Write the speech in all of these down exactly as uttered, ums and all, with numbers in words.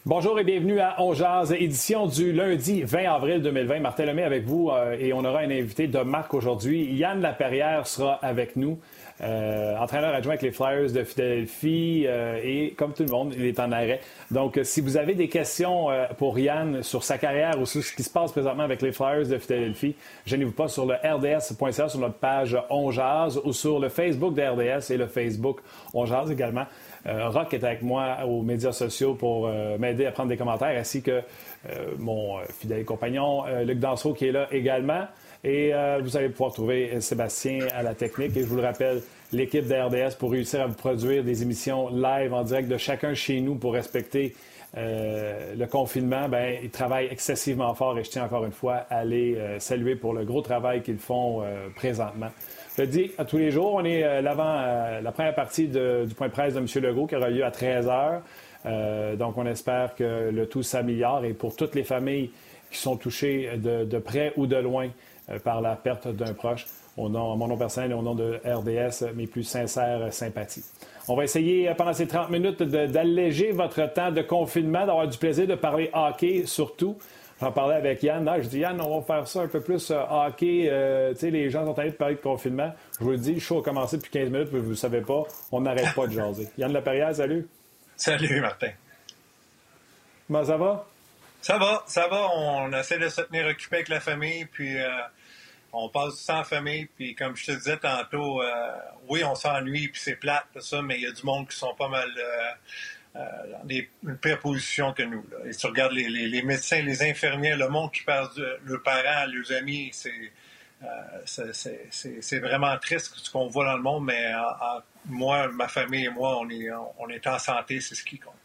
Bonjour et bienvenue à On Jase, édition du lundi vingt avril deux mille vingt. Martin Lemay avec vous euh, et on aura un invité de marque aujourd'hui. Yann Laperrière sera avec nous, euh, entraîneur adjoint avec les Flyers de Philadelphie euh, et comme tout le monde, il est en arrêt. Donc, si vous avez des questions euh, pour Yann sur sa carrière ou sur ce qui se passe présentement avec les Flyers de Philadelphie, gênez-vous pas sur le R D S point C A, sur notre page On Jase ou sur le Facebook de R D S et le Facebook On Jase également. Euh, Rock est avec moi aux médias sociaux pour euh, m'aider à prendre des commentaires, ainsi que euh, mon euh, fidèle compagnon euh, Luc Dansereau qui est là également. Et euh, vous allez pouvoir trouver Sébastien à la technique. Et je vous le rappelle, l'équipe de R D S pour réussir à vous produire des émissions live en direct de chacun chez nous pour respecter euh, le confinement, ben, ils travaillent excessivement fort et je tiens encore une fois à les euh, saluer pour le gros travail qu'ils font euh, présentement. Je le dis à tous les jours, on est euh, l'avant, euh, la première partie de, du point de presse de M. Legault qui aura lieu à treize heures. Euh, donc, on espère que le tout s'améliore et pour toutes les familles qui sont touchées de, de près ou de loin euh, par la perte d'un proche, au nom, à mon nom personnel et au nom de R D S, mes plus sincères sympathies. On va essayer pendant ces trente minutes de, d'alléger votre temps de confinement, d'avoir du plaisir de parler hockey surtout. J'en parlais avec Yann. Ah, je dis, Yann, on va faire ça un peu plus euh, hockey. Euh, tu sais, les gens sont allés de parler de confinement. Je vous le dis, le show a commencé depuis quinze minutes, mais vous ne savez pas, on n'arrête pas de jaser. Yann Laperrière, salut. Salut, Martin. Comment ça va? Ça va, ça va. On essaie de se tenir occupé avec la famille, puis euh, on passe du temps en famille. Puis comme je te disais tantôt, euh, oui, on s'ennuie, puis c'est plate, tout ça, mais il y a du monde qui sont pas mal... Euh, Euh, dans des, une pire position que nous. Là. Et si tu regardes les, les, les médecins, les infirmiers, le monde qui perd leurs parents, leurs amis, c'est, euh, c'est, c'est, c'est, c'est vraiment triste ce qu'on voit dans le monde, mais en, en, moi, ma famille et moi, on est, on est en santé, c'est ce qui compte.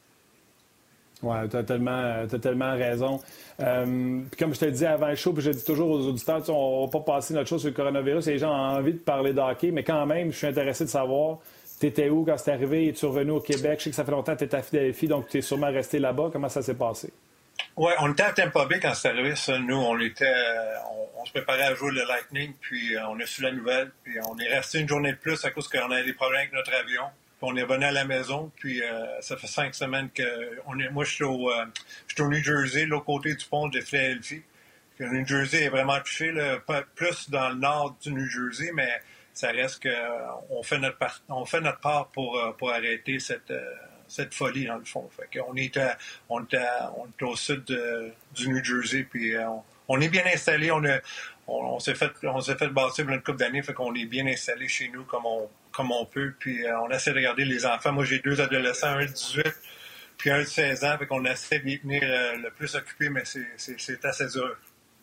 Oui, tu as tellement, t'as tellement raison. Euh, puis comme je te le dis avant le show, puis je dis toujours aux auditeurs, on ne va pas passer notre chose sur le coronavirus, les gens ont envie de parler de hockey, mais quand même, je suis intéressé de savoir... T'étais où quand c'est arrivé? Es-tu revenu au Québec? Je sais que ça fait longtemps que tu étais à Philadelphie, donc tu es sûrement resté là-bas. Comment ça s'est passé? Oui, on était à Tampa Bay quand c'est arrivé, ça. Nous, on était, on, on se préparait à jouer le Lightning, puis on a su la nouvelle, puis on est resté une journée de plus à cause qu'on avait des problèmes avec notre avion. Puis on est revenu à la maison, puis euh, ça fait cinq semaines que... On est, moi, je suis au, euh, je suis au New Jersey, l'autre côté du pont de Philadelphie. Le New Jersey est vraiment touché, là, plus dans le nord du New Jersey, mais... Ça reste qu'on fait notre part, on fait notre part pour, pour arrêter cette, cette folie, dans le fond. Fait qu'on est, à, on est, à, on est au sud de, du New Jersey, puis on, on est bien installé. On, a, on, on s'est fait, on s'est fait bâtir pour une couple d'années, fait qu'on est bien installé chez nous comme on, comme on peut. Puis on essaie de regarder les enfants. Moi, j'ai deux adolescents, un de dix-huit, puis un de seize ans. Fait qu'on essaie d'y tenir le plus occupé, mais c'est, c'est, c'est assez dur.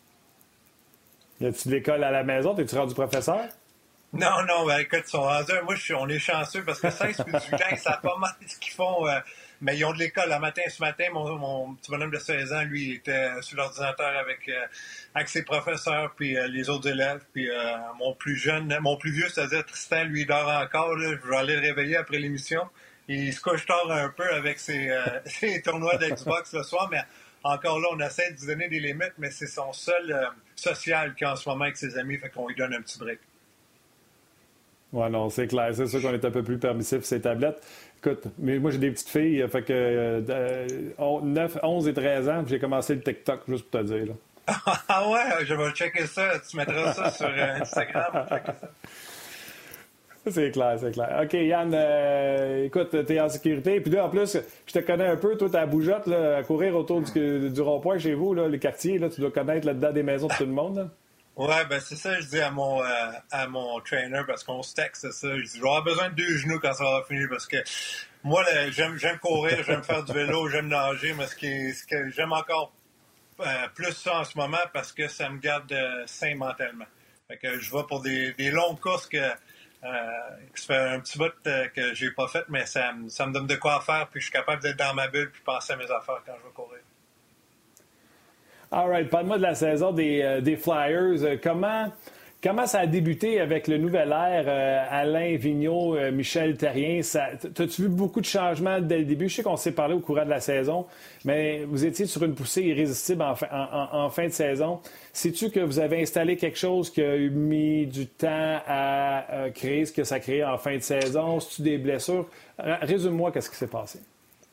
Y a-tu de l'école à la maison? T'es-tu rendu professeur? Non, non, ben, écoute, ils sont rendus, moi, je suis, on est chanceux parce que seize puis dix-huit ans, ils savent pas mal ce qu'ils font, euh, mais ils ont de l'école. Le matin, ce matin, mon, mon petit bonhomme de seize ans, lui, il était sur l'ordinateur avec, euh, avec ses professeurs puis euh, les autres élèves. Puis euh, mon plus jeune, mon plus vieux, c'est-à-dire Tristan, lui, il dort encore. Là, je vais aller le réveiller après l'émission. Il se couche tard un peu avec ses, euh, ses tournois d'Xbox le soir, mais encore là, on essaie de lui donner des limites, mais c'est son seul euh, social qu'il a en ce moment avec ses amis, fait qu'on lui donne un petit break. Oui, non, c'est clair. C'est sûr qu'on est un peu plus permissif sur ces tablettes. Écoute, mais moi, j'ai des petites filles, fait que euh, neuf, onze et treize ans, puis j'ai commencé le TikTok, juste pour te dire. Là. Ah ouais, je vais checker ça. Tu mettras ça sur euh, Instagram. Checker ça. C'est clair, c'est clair. OK, Yann, euh, écoute, t'es en sécurité. Puis là, en plus, je te connais un peu. Toi, t'es à Boujotte, là, à courir autour du, du rond-point chez vous, là, les quartiers. Là, tu dois connaître là-dedans des maisons de tout le monde. Là. Ouais, ben c'est ça, je dis à mon euh, à mon trainer, parce qu'on se texte, ça. Je dis, je vais avoir besoin de deux genoux quand ça va finir, parce que moi, là, j'aime j'aime courir, j'aime faire du vélo, j'aime nager, mais ce, qui est, ce que j'aime encore euh, plus ça en ce moment, parce que ça me garde euh, sain mentalement. Fait que je vais pour des, des longues courses que, euh, que ça fait un petit bout euh, que j'ai pas fait, mais ça, ça me donne de quoi faire, puis je suis capable d'être dans ma bulle, puis penser à mes affaires quand je vais courir. All right. Parle-moi de la saison des, euh, des Flyers. Euh, comment, comment ça a débuté avec le nouvel air, euh, Alain Vigneault, euh, Michel Therrien? Ça, t'as-tu vu beaucoup de changements dès le début? Je sais qu'on s'est parlé au courant de la saison, mais vous étiez sur une poussée irrésistible en fin, en, en, en fin de saison. Sais-tu que vous avez installé quelque chose qui a mis du temps à euh, créer ce que ça a créé en fin de saison? C'est-tu des blessures? Résume-moi qu'est-ce qui s'est passé.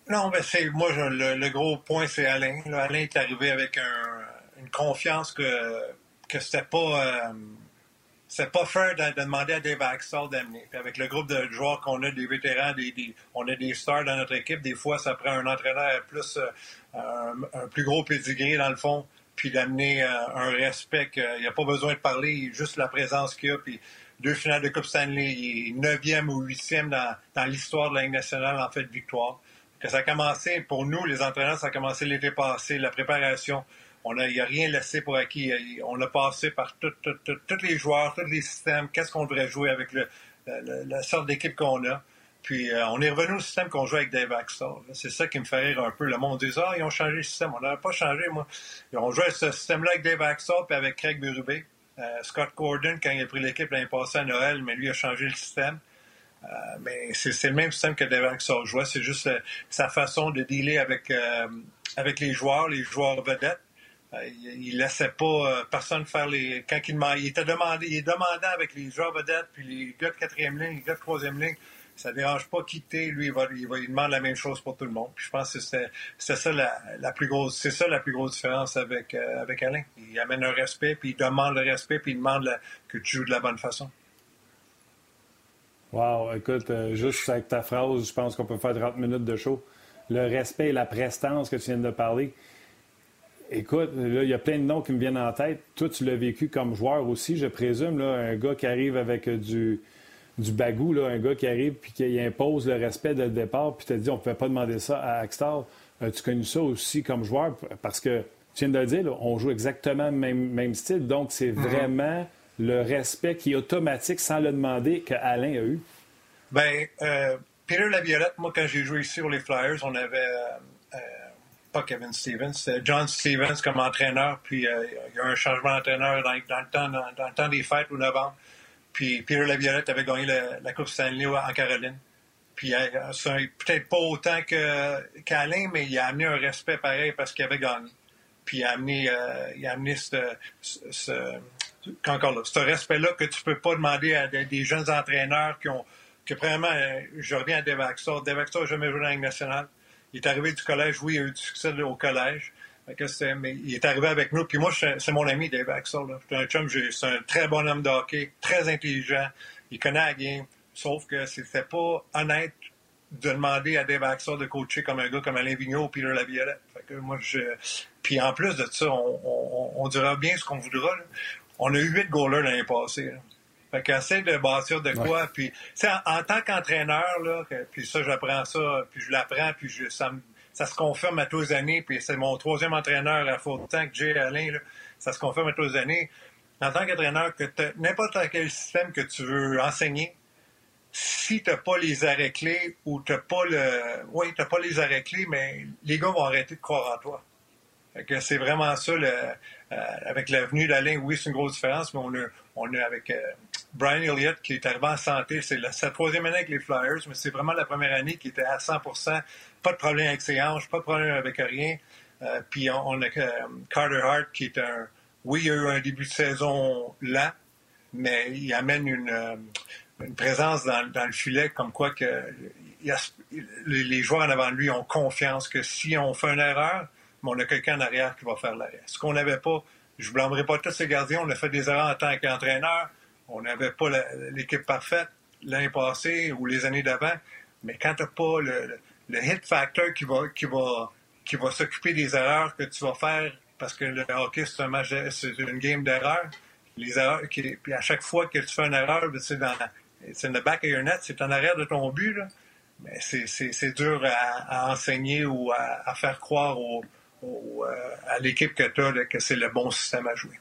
Non, ben c'est moi je, le, le gros point, c'est Alain. Là, Alain est arrivé avec un, une confiance que, que c'était pas. Euh, C'est pas fair de, de demander à Dave Axtell d'amener. Puis avec le groupe de joueurs qu'on a, des vétérans, des, des, on a des stars dans notre équipe, des fois, ça prend un entraîneur plus, euh, un, un plus gros pédigré dans le fond, puis d'amener euh, un respect qu'il n'y a pas besoin de parler, juste la présence qu'il y a, puis deux finales de Coupe Stanley, il est neuvième ou huitième dans, dans l'histoire de la Ligue nationale en fait de victoire. Que ça a commencé, pour nous, les entraîneurs, ça a commencé l'été passé, la préparation. On a, il n'y a rien laissé pour acquis. On a passé par tous les joueurs, tous les systèmes, qu'est-ce qu'on devrait jouer avec le, le, la sorte d'équipe qu'on a. Puis euh, on est revenu au système qu'on joue avec Dave Axtell. C'est ça qui me fait rire un peu. Le monde dit « Ah, ils ont changé le système. » On n'avait pas changé, moi. On jouait ce système-là avec Dave Axtell puis avec Craig Berube. Euh, Scott Gordon, quand il a pris l'équipe l'année passée à Noël, mais lui a changé le système. Euh, mais c'est le même système que Dave Axtell jouait. C'est juste euh, sa façon de dealer avec, euh, avec les joueurs, les joueurs vedettes. Il ne laissait pas euh, personne faire les. Quand il, il était demandé, il est demandant avec les joueurs vedettes, puis les gars de quatrième ligne, les gars de troisième ligne. Ça ne dérange pas quitter. Lui, il, va, il, va, il demande la même chose pour tout le monde. Puis je pense que c'était ça la, la plus grosse. C'est ça la plus grosse différence avec, euh, avec Alain. Il amène un respect, puis il demande le respect, puis il demande la, que tu joues de la bonne façon. Wow, écoute, euh, juste avec ta phrase, je pense qu'on peut faire trente minutes de show. Le respect et la prestance que tu viens de parler. Écoute, là, il y a plein de noms qui me viennent en tête. Toi, tu l'as vécu comme joueur aussi, je présume. Là, un gars qui arrive avec du, du bagou, là, un gars qui arrive puis qui impose le respect dès le départ, puis tu te dit on ne pouvait pas demander ça à Axtell. As-tu connu ça aussi comme joueur? Parce que, tu viens de le dire, là, on joue exactement le même, même style. Donc, c'est mm-hmm. vraiment le respect qui est automatique sans le demander qu'Alain a eu. Bien, euh, Peter Laviolette, moi, quand j'ai joué ici pour les Flyers, on avait... Euh, pas Kevin Stevens, c'est John Stevens comme entraîneur, puis euh, il y a eu un changement d'entraîneur dans, dans, le temps, dans, dans le temps des fêtes au novembre. Puis Peter Laviolette avait gagné la, la Coupe Stanley en Caroline. Puis euh, peut-être pas autant que, qu'Alain, mais il a amené un respect pareil parce qu'il avait gagné. Puis il a amené, euh, il a amené ce, ce, ce, encore là, ce respect-là que tu peux pas demander à des, des jeunes entraîneurs qui ont, que premièrement, euh, je reviens à Dave Axtell. Dave Axtell n'a jamais joué dans la Ligue nationale. Il est arrivé du collège, oui, il a eu du succès là, au collège. Mais il est arrivé avec nous. Puis moi, c'est mon ami, Dave Axtell. C'est un chum, c'est un très bon homme de hockey, très intelligent. Il connaît la game. Sauf que c'était pas honnête de demander à Dave Axtell de coacher comme un gars comme Alain Vigneault ou Peter Laviolette. Fait que moi, je... Puis en plus de ça, on, on, on dira bien ce qu'on voudra. Là. On a eu huit goalers l'année passée. Là. Fait qu'essaie de bâtir de quoi. Ouais. Puis, en, en tant qu'entraîneur, là, puis ça, j'apprends ça, puis je l'apprends, puis je, ça, ça se confirme à tous les années. Puis c'est mon troisième entraîneur à faux temps que j'ai, Alain, là, ça se confirme à tous les années. En tant qu'entraîneur, que n'importe quel système que tu veux enseigner, si tu n'as pas les arrêts-clés ou tu n'as pas le. Oui, tu n'as pas les arrêts-clés, mais les gars vont arrêter de croire en toi. Fait que c'est vraiment ça, le, euh, avec la venue d'Alain, oui, c'est une grosse différence, mais on a, on a avec euh, Brian Elliott qui est arrivé en santé, c'est la, sa troisième année avec les Flyers, mais c'est vraiment la première année qui était à cent pour cent, pas de problème avec ses hanches, pas de problème avec rien. Euh, puis on, on a euh, Carter Hart qui est un, oui, il a eu un début de saison lent, mais il amène une, euh, une présence dans, dans le filet comme quoi que il y a, les, les joueurs en avant de lui ont confiance que si on fait une erreur, mais on a quelqu'un en arrière qui va faire l'arrêt. Ce qu'on n'avait pas, je ne blâmerai pas tous ces gardiens, on a fait des erreurs en tant qu'entraîneur, on n'avait pas l'équipe parfaite l'année passée ou les années d'avant, mais quand tu n'as pas le, le hit factor qui va, qui va, qui va s'occuper des erreurs que tu vas faire, parce que le hockey, c'est un match, c'est une game d'erreurs, les erreurs, qui, puis à chaque fois que tu fais une erreur, c'est dans c'est in the back of your net, c'est en arrière de ton but, là. Mais c'est dur à, à enseigner ou à, à faire croire aux à l'équipe que tu as, que c'est le bon système à jouer.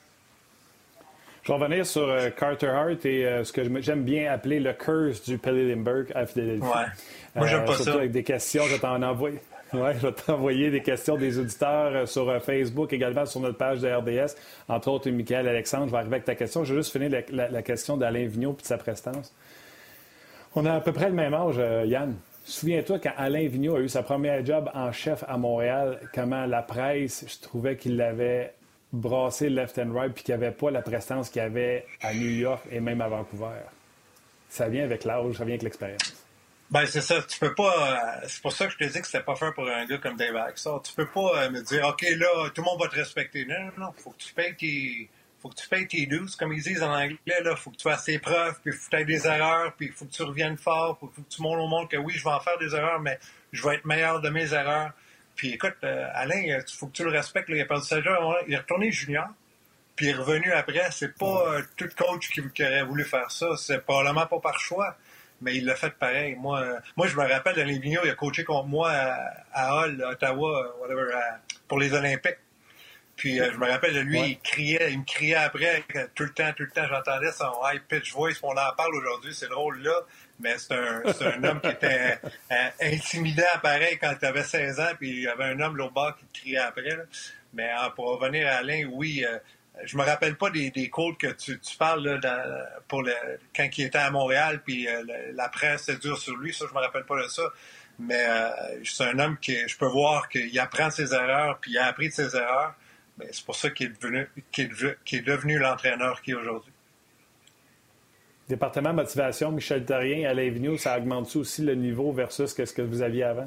Je vais revenir sur euh, Carter Hart et euh, ce que j'aime bien appeler le curse du Pelé Lindbergh à Philadelphie. Ouais. Moi, j'aime euh, pas surtout ça. Avec des questions, je vais t'en envoyer. Ouais, je vais t'envoyer des questions des auditeurs euh, sur euh, Facebook, également sur notre page de R D S, entre autres Michael Alexandre. Je vais arriver avec ta question. Je vais juste finir la, la, la question d'Alain Vigneault et de sa prestance. On a à peu près le même âge, euh, Yann. Souviens-toi, quand Alain Vigneault a eu sa première job en chef à Montréal, comment la presse, je trouvais qu'il l'avait brassé left and right puis qu'il n'y avait pas la prestance qu'il y avait à New York et même à Vancouver. Ça vient avec l'âge, ça vient avec l'expérience. Ben c'est ça, tu peux pas. Euh, c'est pour ça que je te dis que c'était pas faire pour un gars comme Dave Axel. Tu peux pas euh, me dire, OK, là, tout le monde va te respecter. Non, non, non, faut que tu payes tes. Faut que tu payes tes dues, comme ils disent en anglais, là. Faut que tu fasses tes preuves, puis faut que tu aies des erreurs, puis il faut que tu reviennes fort, faut que tu montres au monde que oui, je vais en faire des erreurs, mais je vais être meilleur de mes erreurs. Puis écoute, euh, Alain, il faut que tu le respectes, là. Il a perdu sa job, il est retourné junior. Puis il est revenu après. C'est pas euh, tout coach qui, qui aurait voulu faire ça. C'est probablement pas par choix, mais il l'a fait pareil. Moi, euh, moi je me rappelle, Alain Vigneault, il a coaché contre moi à, à Hull, à Ottawa, whatever, à, pour les Olympiques. Puis euh, je me rappelle de lui, ouais. il criait, il me criait après, tout le temps, tout le temps, j'entendais son high pitch voice. On en parle aujourd'hui, c'est drôle là, mais c'est un, c'est un homme qui était euh, intimidant pareil quand tu avais seize ans, puis il y avait un homme l'autre bord qui te criait après. Là. Mais euh, pour revenir à Alain, oui, euh, je me rappelle pas des, des quotes que tu, tu parles là, dans, pour le, quand il était à Montréal, puis euh, le, la presse est dure sur lui, ça je me rappelle pas de ça. Mais euh, c'est un homme qui, je peux voir qu'il apprend ses erreurs, puis il a appris de ses erreurs. Mais c'est pour ça qu'il est devenu, qu'il est, qu'il est devenu l'entraîneur qu'il est aujourd'hui. Département motivation, Michel Therrien, Alain Vigneault, ça augmente-tu aussi le niveau versus ce que vous aviez avant?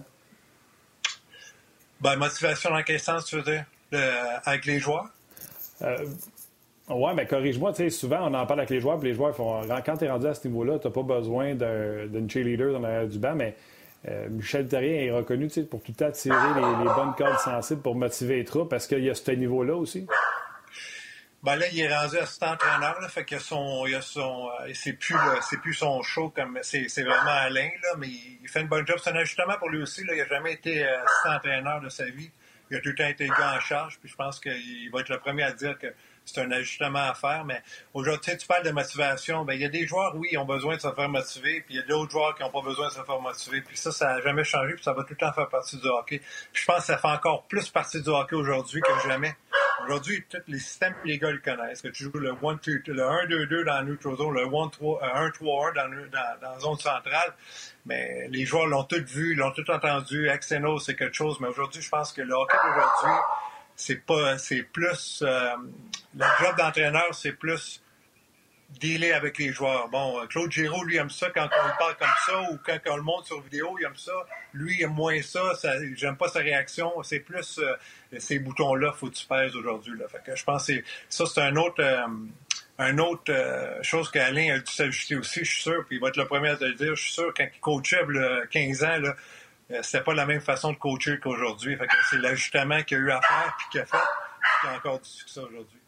Ben, motivation dans quel sens, tu veux dire? Le, avec les joueurs? Euh, oui, mais corrige-moi, tu sais, souvent on en parle avec les joueurs, puis les joueurs font. Quand tu es rendu à ce niveau-là, tu n'as pas besoin d'un, d'une cheerleader dans l'arrière du banc, mais euh, Michel Therrien est reconnu pour tout le temps tirer les, les bonnes cordes sensibles pour motiver les troupes. Est-ce qu'il y a ce niveau-là aussi? Ben là, il est rendu assistant entraîneur, là, fait que son, il a son, euh, c'est plus, là, c'est plus son show comme, c'est, c'est vraiment Alain, là, mais il, il fait une bonne job. C'est un ajustement pour lui aussi, là. Il n'a jamais été euh, assistant entraîneur de sa vie. Il a tout le temps été le gars en charge, puis je pense qu'il va être le premier à dire que c'est un ajustement à faire. Mais aujourd'hui, tu parles de motivation, ben il y a des joueurs, oui, ils ont besoin de se faire motiver, puis il y a d'autres joueurs qui n'ont pas besoin de se faire motiver. Puis ça, ça n'a jamais changé, puis ça va tout le temps faire partie du hockey. Puis je pense que ça fait encore plus partie du hockey aujourd'hui que jamais. Aujourd'hui, tous les systèmes, les gars le connaissent. Que tu joues le un deux le un deux deux dans la neutral zone, le un trois un dans, dans, dans la zone centrale. Mais les joueurs l'ont tous vu, l'ont tout entendu. Exeno, c'est quelque chose. Mais aujourd'hui, je pense que le hockey d'aujourd'hui, c'est pas, c'est plus, euh, le job d'entraîneur, c'est plus dealer avec les joueurs. Bon, Claude Giroux, lui, aime ça quand on le parle comme ça, ou quand on le montre sur vidéo, il aime ça. Lui, il aime moins ça. ça j'aime pas sa réaction. C'est plus euh, ces boutons-là, faut que tu pèses aujourd'hui. Là. Fait que je pense que c'est, ça, c'est un autre, euh, un autre euh, chose qu'Alain a dû s'ajuster aussi, je suis sûr. Puis il va être le premier à te le dire. Je suis sûr, quand il coachait là, quinze ans, là, c'était pas la même façon de coacher qu'aujourd'hui. Fait que c'est l'ajustement qu'il a eu à faire, puis qu'il a fait, puis qu'il a encore du succès aujourd'hui.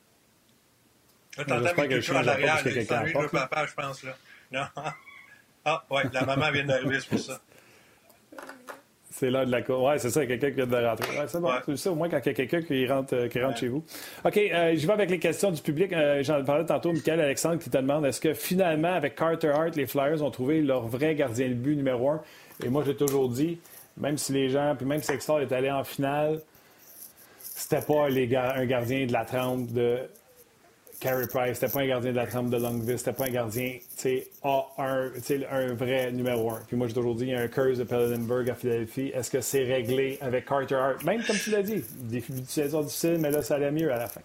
Là, t'entends mes cultures à l'arrière, il s'ennuie de papa, je pense, là. Non? Ah, ouais, la maman vient d'arriver, c'est pour ça. C'est l'heure de la cour. Oui, c'est ça, quelqu'un qui vient de rentrer. Ouais, c'est bon, ouais. C'est ça, au moins quand il y a quelqu'un qui rentre, euh, qui rentre ouais. chez vous. OK, euh, j'y vais avec les questions du public. Euh, j'en parlais tantôt, Michael Alexandre qui te demande, est-ce que finalement, avec Carter Hart, les Flyers ont trouvé leur vrai gardien de but numéro un? Et moi, j'ai toujours dit, même si les gens, puis même si Extor est allé en finale, c'était pas les gar- un gardien de la trempe de Carey Price, c'était pas un gardien de la trempe de Longvis, c'était pas un gardien A un, un vrai numéro un. Puis moi, j'ai toujours dit, il y a un curse de Pellenberg à Philadelphie. Est-ce que c'est réglé avec Carter Hart? Même comme tu l'as dit, des saisons difficiles, mais là, ça allait mieux à la fin.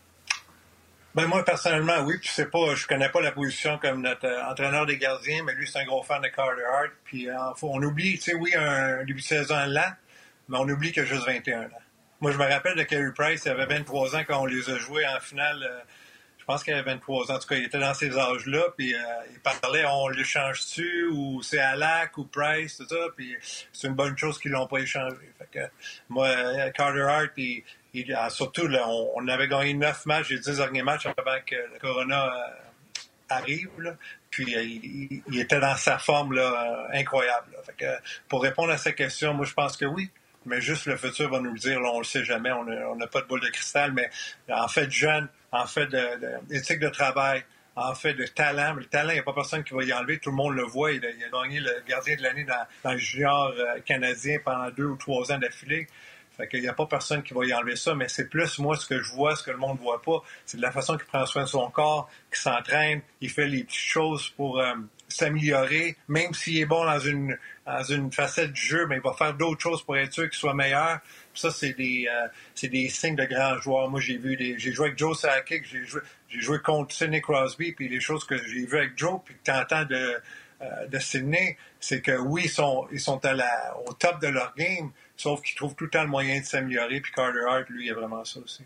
Ben moi, personnellement, oui. Puis c'est pas, je connais pas la position comme notre euh, entraîneur des gardiens, mais lui, c'est un gros fan de Carter Hart. Puis euh, on oublie, tu sais, oui, un début de saison lent, mais on oublie qu'il a juste vingt et un ans. Moi, je me rappelle de Carey Price, il avait vingt-trois ans quand on les a joués en finale. Euh, Je pense qu'il avait vingt-trois ans. En tout cas, il était dans ces âges-là. Puis euh, il parlait, on l'échange-tu ou c'est Alak ou Price, tout ça. Puis c'est une bonne chose qu'ils l'ont pas échangé. Fait que moi, Carter Hart, il, il, surtout, là, on, on avait gagné neuf matchs, les dix derniers matchs avant que le Corona euh, arrive. Là. Puis euh, il, il était dans sa forme là, euh, incroyable. Là. Fait que pour répondre à cette question, moi, je pense que oui. Mais juste le futur va nous le dire. Là, on le sait jamais. On n'a pas de boule de cristal. Mais en fait, jeune, en fait d'éthique de, de, de travail, en fait de talent. Mais le talent, il n'y a pas personne qui va y enlever. Tout le monde le voit. Il a, il a gagné le gardien de l'année dans, dans le junior euh, canadien pendant deux ou trois ans d'affilée. Fait qu'il n'y a pas personne qui va y enlever ça. Mais c'est plus, moi, ce que je vois, ce que le monde ne voit pas. C'est de la façon qu'il prend soin de son corps, qu'il s'entraîne. Il fait les petites choses pour euh, s'améliorer. Même s'il est bon dans une... dans une facette du jeu, mais il va faire d'autres choses pour être sûr qu'il soit meilleur. Puis ça, c'est des, euh, c'est des signes de grands joueurs. Moi, j'ai vu des, j'ai joué avec Joe Sakic, j'ai joué, j'ai joué contre Sidney Crosby, puis les choses que j'ai vues avec Joe, puis que tu entends de, euh, de Sydney, c'est que oui, ils sont, ils sont à la, au top de leur game, sauf qu'ils trouvent tout le temps le moyen de s'améliorer, puis Carter Hart, lui, il a vraiment ça aussi.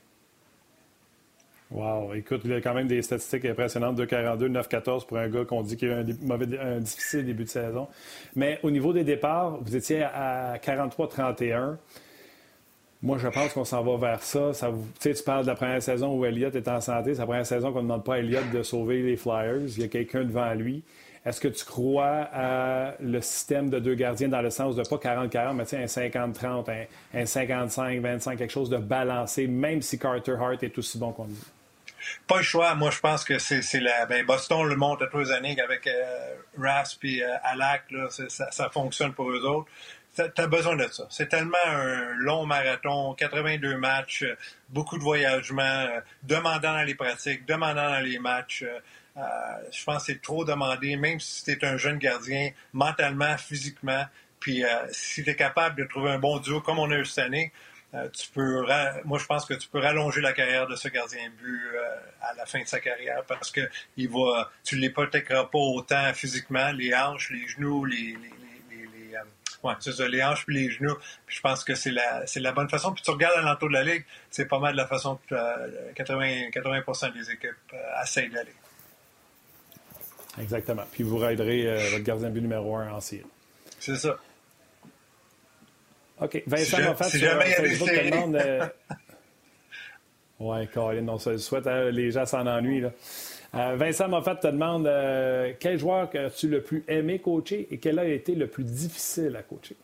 Wow, écoute, il a quand même des statistiques impressionnantes, deux quarante-deux, neuf quatorze pour un gars qu'on dit qu'il a eu un, dé- mauvais, un difficile début de saison. Mais au niveau des départs, vous étiez à quarante-trois trente et un. Moi, je pense qu'on s'en va vers ça. ça vous... Tu sais, tu parles de la première saison où Elliott est en santé. C'est la première saison qu'on ne demande pas à Elliott de sauver les Flyers. Il y a quelqu'un devant lui. Est-ce que tu crois à le système de deux gardiens dans le sens de pas quarante quarante, mais tu sais, un cinquante trente, un, un cinquante-cinq vingt-cinq, quelque chose de balancé, même si Carter Hart est aussi bon qu'on dit? Pas le choix. Moi, je pense que c'est, c'est la. Ben, Boston le montre à tous les années avec euh, Rask et euh, Alak, là, ça, ça fonctionne pour eux autres. Tu as besoin de ça. C'est tellement un long marathon, quatre-vingt-deux matchs, euh, beaucoup de voyagements, euh, demandant dans les pratiques, demandant dans les matchs. Euh, euh, je pense que c'est trop demandé, même si tu es un jeune gardien, mentalement, physiquement. Puis euh, si tu es capable de trouver un bon duo comme on a eu cette année, euh, tu peux. Ra- Moi, je pense que tu peux rallonger la carrière de ce gardien de but euh, à la fin de sa carrière parce que il va, tu ne les protègeras pas autant physiquement, les hanches, les genoux, les. les, les, les, les euh, Ouais, c'est ça, les hanches puis les genoux. Puis je pense que c'est la, c'est la bonne façon. Puis tu regardes à l'entour de la Ligue, c'est pas mal de la façon que euh, quatre-vingts, quatre-vingts pour cent des équipes euh, essayent d'aller. Exactement. Puis vous raiderez euh, votre gardien de but numéro un en série. C'est ça. OK. Vincent Si Moffat si sur jamais il y a des Facebook te séries. demande... Euh... Oui, Colin, on se le souhaite. Hein, les gens s'en ennuient. Là. Euh, Vincent Moffat te demande euh, quel joueur as-tu le plus aimé coacher et quel a été le plus difficile à coacher?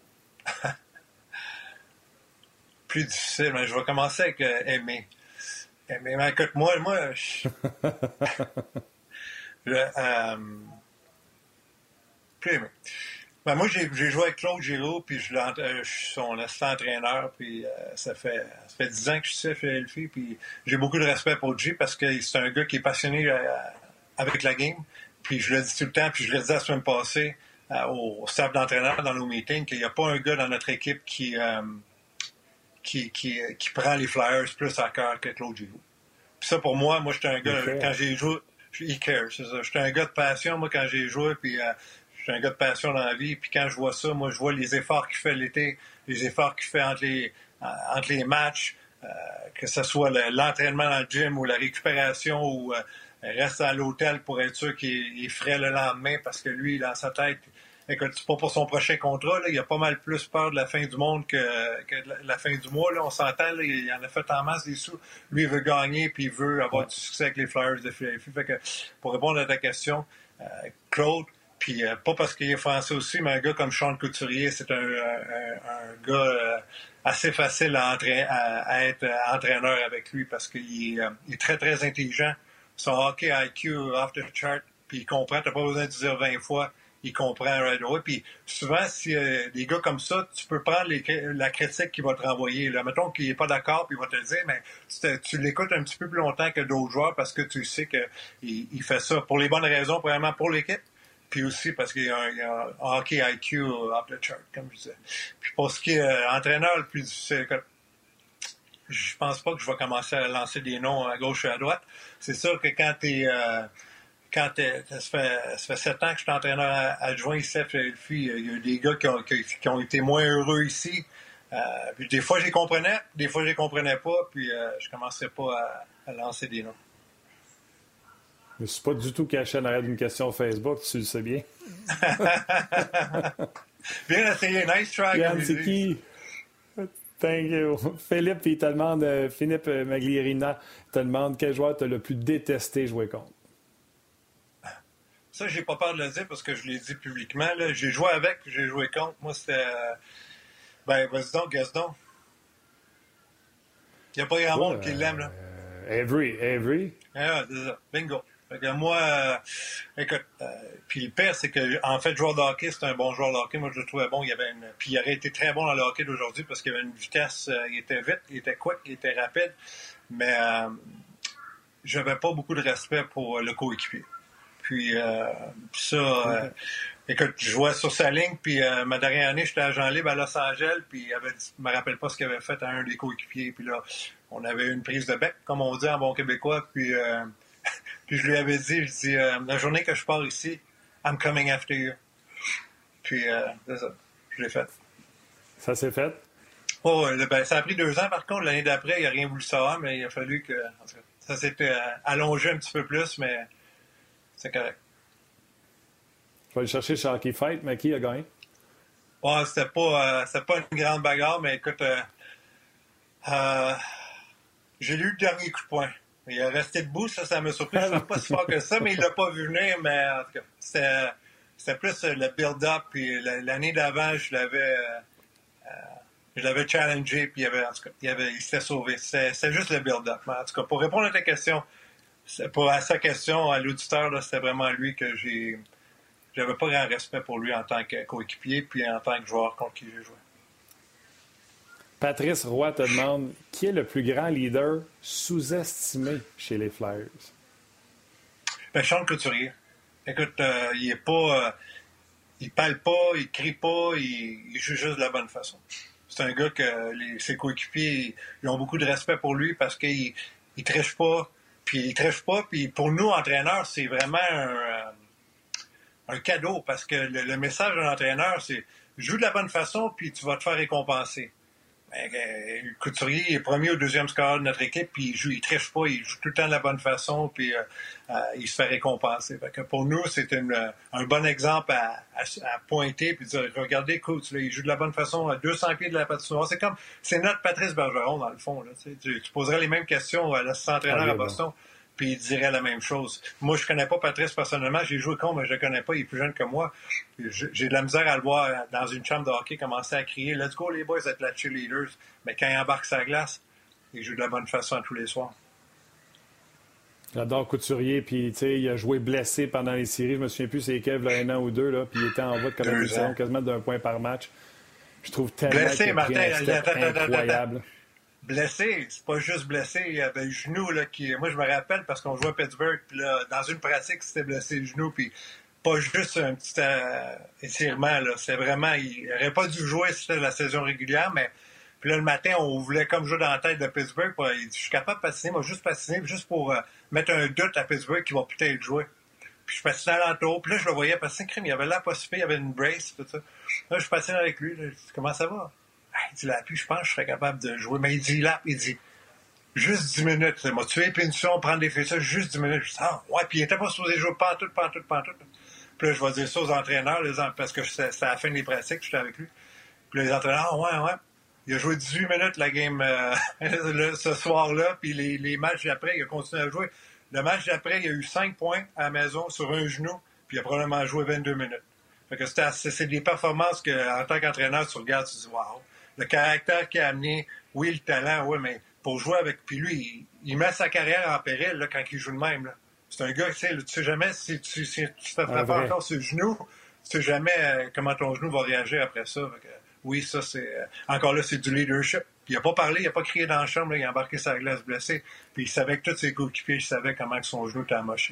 Plus difficile, mais je vais commencer avec euh, aimer. Aimer. Mais écoute, moi, moi, je... je, euh... plus aimé. Ben, moi, j'ai, j'ai joué avec Claude Giroux, puis je, euh, je suis son assistant entraîneur, puis euh, ça fait ça fait dix ans que je suis à Philadelphie, puis j'ai beaucoup de respect pour G parce que c'est un gars qui est passionné euh, avec la game, puis je le dis tout le temps, puis je le disais la semaine passée euh, au staff d'entraîneur dans nos meetings, qu'il n'y a pas un gars dans notre équipe qui, euh, qui, qui, qui prend les Flyers plus à cœur que Claude Giroux. Puis ça, pour moi, moi, j'étais un gars, Okay. quand j'ai joué, he cares, c'est ça. J'étais un gars de passion, moi, quand j'ai joué, puis... Euh, Je suis un gars de passion dans la vie, puis quand je vois ça, moi, je vois les efforts qu'il fait l'été, les efforts qu'il fait entre les, entre les matchs, euh, que ce soit le, l'entraînement dans le gym ou la récupération ou euh, reste à l'hôtel pour être sûr qu'il est frais le lendemain parce que lui, dans sa tête, écoute, c'est pas pour son prochain contrat, là, il a pas mal plus peur de la fin du monde que, que de la, la fin du mois. Là, on s'entend, là, il en a fait en masse des sous. Lui, il veut gagner, puis il veut avoir du succès avec les Flyers de Philadelphie. Fait que, pour répondre à ta question, euh, Claude, puis euh, pas parce qu'il est français aussi, mais un gars comme Sean Couturier, c'est un, un, un gars euh, assez facile à, entra- à, à être euh, entraîneur avec lui parce qu'il est, euh, il est très, très intelligent. Son hockey I Q off the chart, puis il comprend, t'as pas besoin de dire vingt fois, il comprend right away. Puis souvent, si euh, des gars comme ça, tu peux prendre les, la critique qu'il va te renvoyer. Là. Mettons qu'il n'est pas d'accord, puis il va te le dire, mais tu, te, tu l'écoutes un petit peu plus longtemps que d'autres joueurs parce que tu sais qu'il il fait ça pour les bonnes raisons, premièrement pour l'équipe. Puis aussi parce qu'il y a un, il y a un hockey I Q off the chart, comme je disais. Puis pour ce qui est euh, entraîneur le plus difficile, je pense pas que je vais commencer à lancer des noms à gauche et à droite. C'est sûr que quand t'es... Euh, quand t'es, ça, fait, ça fait sept ans que je suis entraîneur adjoint ici à Philadelphie, il y a des gars qui ont, qui, qui ont été moins heureux ici. Euh, puis des fois, je les comprenais, des fois, je les comprenais pas, puis euh, je commençais pas à, à lancer des noms. Je ne suis pas du tout caché en arrière d'une question Facebook, tu le sais bien. Bien essayé, nice try. Yann, c'est qui? Thank you. Philippe, il te demande, euh, Philippe Maglierina te demande quel joueur tu as le plus détesté jouer contre. Ça, j'ai pas peur de le dire parce que je l'ai dit publiquement. Là. J'ai joué avec, j'ai joué contre. Moi, c'était... Euh... Ben, vas-y donc, Gaston. Il n'y a pas grand monde qui l'aime, là. Euh, Avery, Avery. Ah, c'est ça. Bingo. Fait que moi, euh, écoute, euh, puis le pire, c'est que, en fait, joueur de hockey, c'est un bon joueur de hockey. Moi, je le trouvais bon. Il y avait une, puis il aurait été très bon dans le hockey d'aujourd'hui parce qu'il avait une vitesse, euh, il était vite, il était quick, il était rapide. Mais euh, j'avais pas beaucoup de respect pour le coéquipier. Puis euh, ça, euh, écoute, je jouais sur sa ligne, puis euh, ma dernière année, j'étais agent libre à Los Angeles, puis il avait dit, je me rappelle pas ce qu'il avait fait à un des coéquipiers. Puis là, on avait eu une prise de bec, comme on dit en bon québécois, puis... Euh, Puis je lui avais dit, je dis, euh, la journée que je pars ici, I'm coming after you. Puis, euh, c'est ça. Je l'ai fait. Ça s'est fait? Oh, ben, ça a pris deux ans, par contre. L'année d'après, il n'a rien voulu savoir, mais il a fallu que... En tout cas, ça s'est euh, allongé un petit peu plus, mais c'est correct. Je vais aller chercher chez Hockey Fight, mais qui a gagné? Ouais, c'était pas, euh, c'était pas une grande bagarre, mais écoute, euh, euh, j'ai lu le dernier coup de poing. Il est resté debout, ça, ça m'a surpris. Je ne pas si fort que ça, mais il l'a pas vu venir, mais en tout cas, c'était, c'était plus le build-up. Puis l'année d'avant, je l'avais, euh, je l'avais challengé, puis il avait, en tout cas, il, avait, il s'était sauvé. C'est, c'est juste le build-up. Mais en tout cas, pour répondre à ta question, pour, à sa question, à l'auditeur, là, c'était vraiment lui que j'ai... J'avais pas grand respect pour lui en tant que coéquipier, puis en tant que joueur contre qui j'ai joué. Patrice Roy te demande qui est le plus grand leader sous-estimé chez les Flyers? Ben, Sean Couturier. Écoute, euh, il est pas... Euh, il parle pas, il crie pas, il, il joue juste de la bonne façon. C'est un gars que les, ses coéquipiers ils ont beaucoup de respect pour lui parce qu'il il triche pas, puis il triche pas, puis pour nous, entraîneurs, c'est vraiment un... Euh, un cadeau, parce que le, le message de l'entraîneur, c'est joue de la bonne façon, puis tu vas te faire récompenser. Ben, euh, Couturier est premier ou deuxième scoreur de notre équipe, puis il joue, il triche pas, il joue tout le temps de la bonne façon, puis euh, euh, il se fait récompenser. Fait que pour nous, c'est une, un bon exemple à, à, à pointer, puis dire, regardez, Couturier, là, il joue de la bonne façon à deux cents pieds de la patinoire. C'est comme, c'est notre Patrice Bergeron, dans le fond. Là, tu, tu poserais les mêmes questions à l'assistant-entraîneur ah, à Boston. Puis il dirait la même chose. Moi, je connais pas Patrice personnellement. J'ai joué contre, mais je le connais pas. Il est plus jeune que moi. J'ai de la misère à le voir dans une chambre de hockey commencer à crier « Let's go, les boys, être la cheerleaders ». Mais quand il embarque sa glace, il joue de la bonne façon tous les soirs. J'adore Couturier. Puis, tu sais, il a joué blessé pendant les séries. Je me souviens plus c'est lesquels, là, un an ou deux. Là, puis il était en voie de compétition, quasiment d'un point par match. Je trouve tellement blessé, qu'il a pris Martin, un step incroyable. Blessé, c'est pas juste blessé, il avait le genou là, qui. Moi je me rappelle parce qu'on jouait à Pittsburgh, puis là, dans une pratique, c'était blessé le genou, puis pas juste un petit euh, étirement, là. C'est vraiment. Il n'aurait pas dû jouer si c'était la saison régulière, mais puis là le matin, on voulait comme jouer dans la tête de Pittsburgh. Pour, il dit, je suis capable de patiner, moi juste patiner, juste pour euh, mettre un doute à Pittsburgh qui va peut-être jouer. Puis je patinais à l'entour, puis là je le voyais patiner, crime, il avait la possibilité, il avait une brace, tout ça. Là je patinais avec lui, là, je dis, comment ça va? Il dit, là, puis je pense que je serais capable de jouer. Mais il dit, là, il dit, juste dix minutes. Moi, tu es punition, prendre des fessées, juste dix minutes. Je dis, ah, ouais, puis il n'était pas supposé jouer pantoute, pantoute, pantoute. Puis là, je vais dire ça aux entraîneurs, les, parce que c'était à la fin des pratiques, j'étais avec lui. Puis les entraîneurs, ah, ouais, ouais. Il a joué dix-huit minutes la game euh, ce soir-là, puis les, les matchs d'après, il a continué à jouer. Le match d'après, il a eu cinq points à la maison sur un genou, puis il a probablement joué vingt-deux minutes. Fait que c'est, c'est des performances que, en tant qu'entraîneur, tu regardes, tu te dis, waouh. Le caractère qu'il a amené, oui, le talent, oui, mais pour jouer avec... Puis lui, il, il met sa carrière en péril là, quand il joue de même. Là. C'est un gars, tu sais, tu sais jamais si tu si, si te frappes ah, encore sur le genou, tu sais jamais euh, comment ton genou va réagir après ça. Que, oui, ça, c'est... Euh, encore là, c'est du leadership. Puis il n'a pas parlé, il n'a pas crié dans la chambre, là, il a embarqué sa glace blessée. Puis il savait que tous ses coéquipiers, il savait comment que son genou était amoché.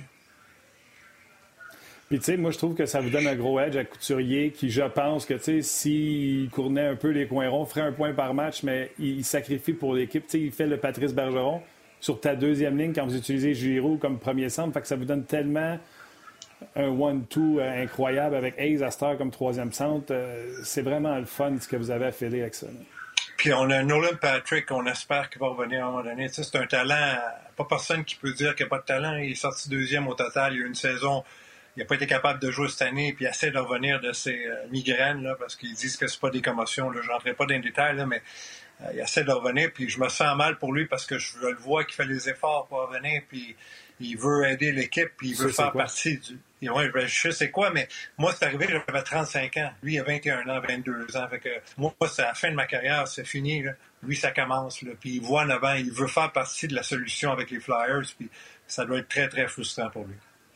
Puis, tu sais, moi, je trouve que ça vous donne un gros edge à Couturier qui, je pense que, tu sais, s'il cournait un peu les coins ronds, ferait un point par match, mais il sacrifie pour l'équipe. Tu sais, il fait le Patrice Bergeron sur ta deuxième ligne quand vous utilisez Giroux comme premier centre. Fait que ça vous donne tellement un one-two incroyable avec Hayes Astor comme troisième centre. C'est vraiment le fun ce que vous avez affilé avec ça. Là. Puis on a Nolan Patrick, on espère qu'il va revenir à un moment donné. Tu sais, c'est un talent, pas personne qui peut dire qu'il n'y a pas de talent. Il est sorti deuxième au total. Il y a eu une saison... Il n'a pas été capable de jouer cette année, puis il essaie de revenir de ses euh, migraines, là, parce qu'ils disent que c'est pas des commotions. Là. Je n'entrerai pas dans les détails, là, mais euh, il essaie de revenir, puis je me sens mal pour lui parce que je, je le vois qu'il fait les efforts pour revenir, puis il veut aider l'équipe, puis il veut faire partie du... Et ouais, je sais c'est quoi, mais moi, c'est arrivé, j'avais trente-cinq ans. Lui, il a vingt et un ans, vingt-deux ans. Fait que moi, c'est la fin de ma carrière, c'est fini. Là. Lui, ça commence. Là, puis il voit en avant, il veut faire partie de la solution avec les Flyers, puis ça doit être très, très frustrant pour lui.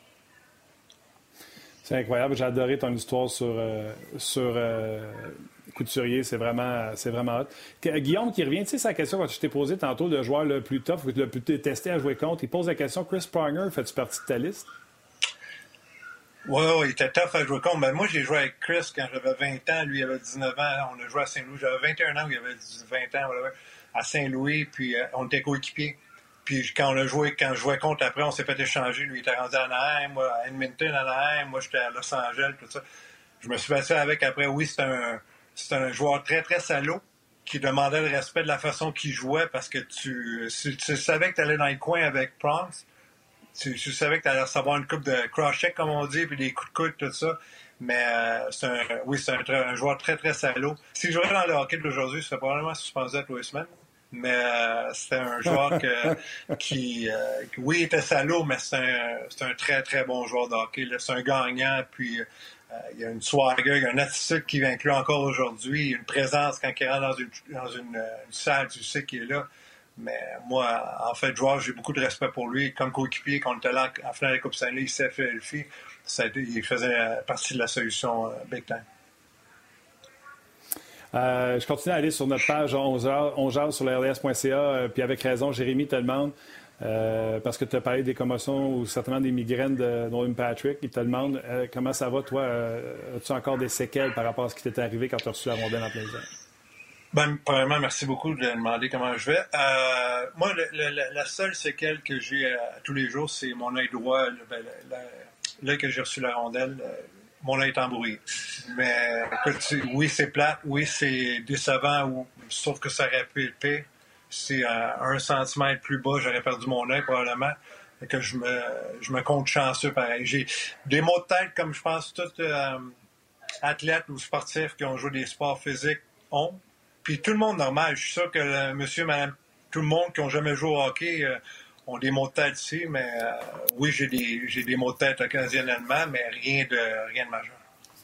C'est incroyable. J'ai adoré ton histoire sur, euh, sur euh, Couturier. C'est vraiment, c'est vraiment hot. Guillaume qui revient, tu sais, sa question quand je t'ai posé tantôt, le joueur le plus tough, le plus testé à jouer contre, il pose la question, Chris Pronger, fais-tu partie de ta liste? Oui, ouais, il était tough à jouer contre. Ben, moi, j'ai joué avec Chris quand j'avais vingt ans. Lui, il avait dix-neuf ans. On a joué à Saint-Louis. J'avais vingt et un ans, il avait vingt ans, whatever, à Saint-Louis. Puis, euh, on était coéquipiers. Puis quand on a joué, quand je jouais contre après, on s'est fait échanger. Lui, il était rendu à Anaheim, moi à Edmonton, à Anaheim, moi j'étais à Los Angeles, tout ça. Je me suis battu avec après. Oui, c'est un, c'est un joueur très, très salaud qui demandait le respect de la façon qu'il jouait parce que tu, tu, tu savais que tu allais dans le coin avec Prongs. Tu, tu savais que tu allais recevoir une coupe de cross-check, comme on dit, puis des coups de coude, tout ça. Mais euh, c'est un, oui, c'est un, un joueur très, très salaud. Si je jouais dans le hockey d'aujourd'hui, je serais probablement suspendu à Louis Mann. Mais euh, c'était un joueur que, qui, euh, oui, il était salaud, mais c'est un, c'est un très, très bon joueur de hockey. Là. C'est un gagnant, puis euh, il y a une swagger, il y a une attitude qui inclut encore aujourd'hui, une présence quand il rentre dans une, dans une, une salle, tu sais qu'il est là. Mais moi, en fait, joueur, j'ai beaucoup de respect pour lui. Comme coéquipier, quand on était là en finale de la Coupe Stanley, C F L F I, ça a été, il faisait partie de la solution euh, big time. Euh, je continue à aller sur notre page onze heures, onze heures sur le R D S point C A, euh, puis avec raison, Jérémy te demande, euh, parce que tu as parlé des commotions ou certainement des migraines de Nolan Patrick, il te demande euh, comment ça va, toi, euh, as-tu encore des séquelles par rapport à ce qui t'est arrivé quand tu as reçu la rondelle en plein air? Ben, premièrement, merci beaucoup de demander comment je vais. Euh, moi, le, le, la seule séquelle que j'ai euh, tous les jours, c'est mon œil droit, le, ben, l'œil que j'ai reçu la rondelle, euh, mon œil est embrouillé. Mais écoute, oui, c'est plate, oui, c'est décevant, ou, sauf que ça aurait pu être pire. C'est euh, un centimètre plus bas, j'aurais perdu mon œil probablement. Que je me, je me compte chanceux pareil. J'ai des maux de tête, comme je pense tous euh, athlètes ou sportifs qui ont joué des sports physiques ont. Puis tout le monde normal. Je suis sûr que le monsieur, madame, tout le monde qui n'a jamais joué au hockey euh, ont des maux de tête ici, mais euh, oui, j'ai des, j'ai des maux de tête occasionnellement, mais rien de, rien de majeur.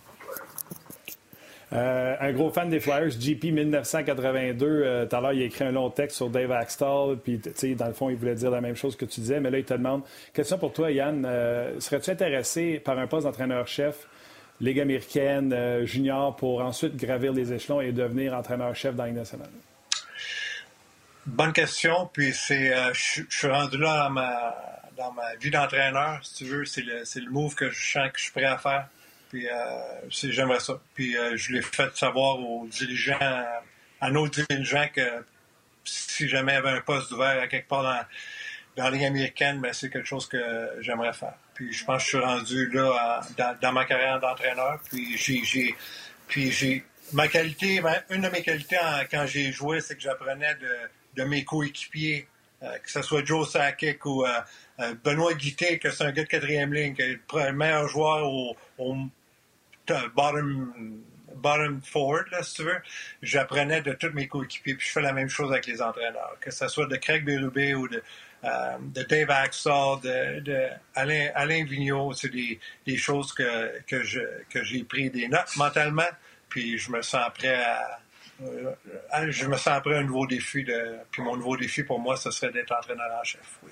Euh, un gros fan des Flyers, G P dix-neuf cent quatre-vingt-deux, euh, tout à l'heure, il a écrit un long texte sur Dave Axtell, puis tu sais, dans le fond, il voulait dire la même chose que tu disais, mais là, il te demande, question pour toi, Yann, euh, serais-tu intéressé par un poste d'entraîneur-chef Ligue américaine, euh, junior, pour ensuite gravir les échelons et devenir entraîneur-chef dans la Ligue nationale? Bonne question. Puis c'est, euh, je suis rendu là dans ma, dans ma vie d'entraîneur, si tu veux. C'est le, c'est le move que je sens que je suis prêt à faire. Puis euh, c'est, j'aimerais ça. Puis euh, je l'ai fait savoir aux dirigeants, à nos dirigeants, que si jamais il y avait un poste ouvert à quelque part dans, dans la Ligue américaine, ben, c'est quelque chose que j'aimerais faire. Puis je pense que je suis rendu là à, dans, dans ma carrière d'entraîneur. Puis j'ai, j'ai, puis j'ai ma qualité, ben, une de mes qualités en, quand j'ai joué, c'est que j'apprenais de, de mes coéquipiers, euh, que ce soit Joe Sakic ou euh, euh, Benoît Guité, que c'est un gars de quatrième ligne, qui est le meilleur joueur au, au bottom, bottom forward, là, si tu veux. J'apprenais de tous mes coéquipiers. Puis je fais la même chose avec les entraîneurs, que ce soit de Craig Berube ou de Euh, de Dave Axel, de, de Alain, Alain Vigneault, c'est des, des choses que, que, je, que j'ai pris des notes mentalement, puis je me sens prêt à, euh, je me sens prêt à un nouveau défi. De, puis mon nouveau défi pour moi, ce serait d'être entraîneur en chef, oui.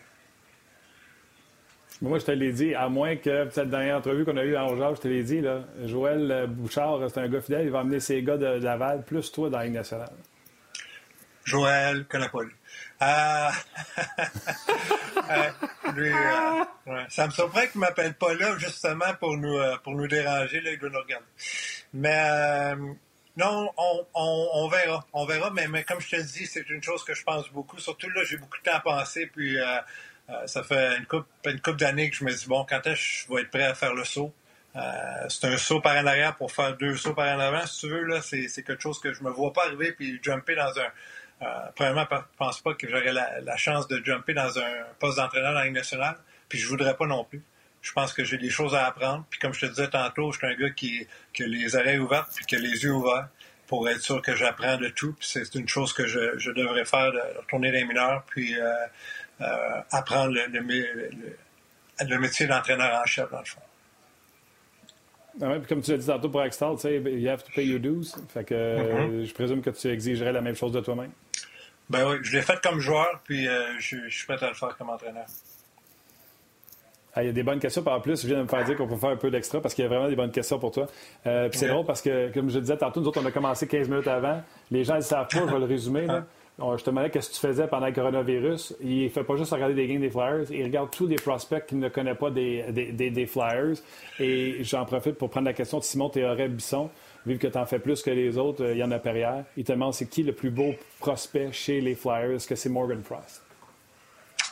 Moi, je te l'ai dit, à moins que cette dernière entrevue qu'on a eue à Angers, je te l'ai dit, là, Joël Bouchard, c'est un gars fidèle, il va amener ses gars de Laval, plus toi dans la Ligue nationale. Joël, je ne connais pas lui. Euh... euh, lui euh, ouais. Ça me surprend qu'il ne m'appelle pas là, justement, pour nous, euh, pour nous déranger. Là, il doit nous regarder. Mais euh, non, on, on, on verra. On verra, mais, mais comme je te dis, c'est une chose que je pense beaucoup. Surtout là, j'ai beaucoup de temps à penser, puis euh, euh, ça fait une couple, une couple d'années que je me dis, bon, quand est-ce que je vais être prêt à faire le saut? Euh, c'est un saut par en arrière pour faire deux sauts par en avant, si tu veux. Là, c'est, c'est quelque chose que je me vois pas arriver puis jumper dans un... Euh, premièrement, je ne pense pas que j'aurais la, la chance de jumper dans un poste d'entraîneur dans la Ligue nationale, puis je ne voudrais pas non plus. Je pense que j'ai des choses à apprendre, puis comme je te disais tantôt, je suis un gars qui, qui a les oreilles ouvertes puis qui a les yeux ouverts pour être sûr que j'apprends de tout, puis c'est une chose que je, je devrais faire, de retourner dans les mineurs, puis euh, euh, apprendre le, le, le, le métier d'entraîneur en chef, dans le fond. Ah ouais, puis comme tu l'as dit tantôt pour Axtell, tu sais, you have to pay your dues. Fait que mm-hmm. euh, je présume que tu exigerais la même chose de toi-même. Ben oui, je l'ai fait comme joueur, puis euh, je, je suis prêt à le faire comme entraîneur. Ah, il y a des bonnes questions. Par plus, je viens de me faire dire qu'on peut faire un peu d'extra parce qu'il y a vraiment des bonnes questions pour toi. Euh, puis c'est drôle parce que, comme je le disais tantôt, nous autres, on a commencé quinze minutes avant. Les gens ne le savent pas, je vais le résumer. Là. Je te demandais qu'est-ce que tu faisais pendant le coronavirus. Il ne fait pas juste regarder des games des Flyers. Il regarde tous les prospects qu'il ne connaît pas des, des, des, des Flyers. Et j'en profite pour prendre la question de Simon Théoret-Bisson. Vu que tu en fais plus que les autres, il y en a Perrière. Il te demande c'est qui le plus beau prospect chez les Flyers? Est-ce que c'est Morgan Frost?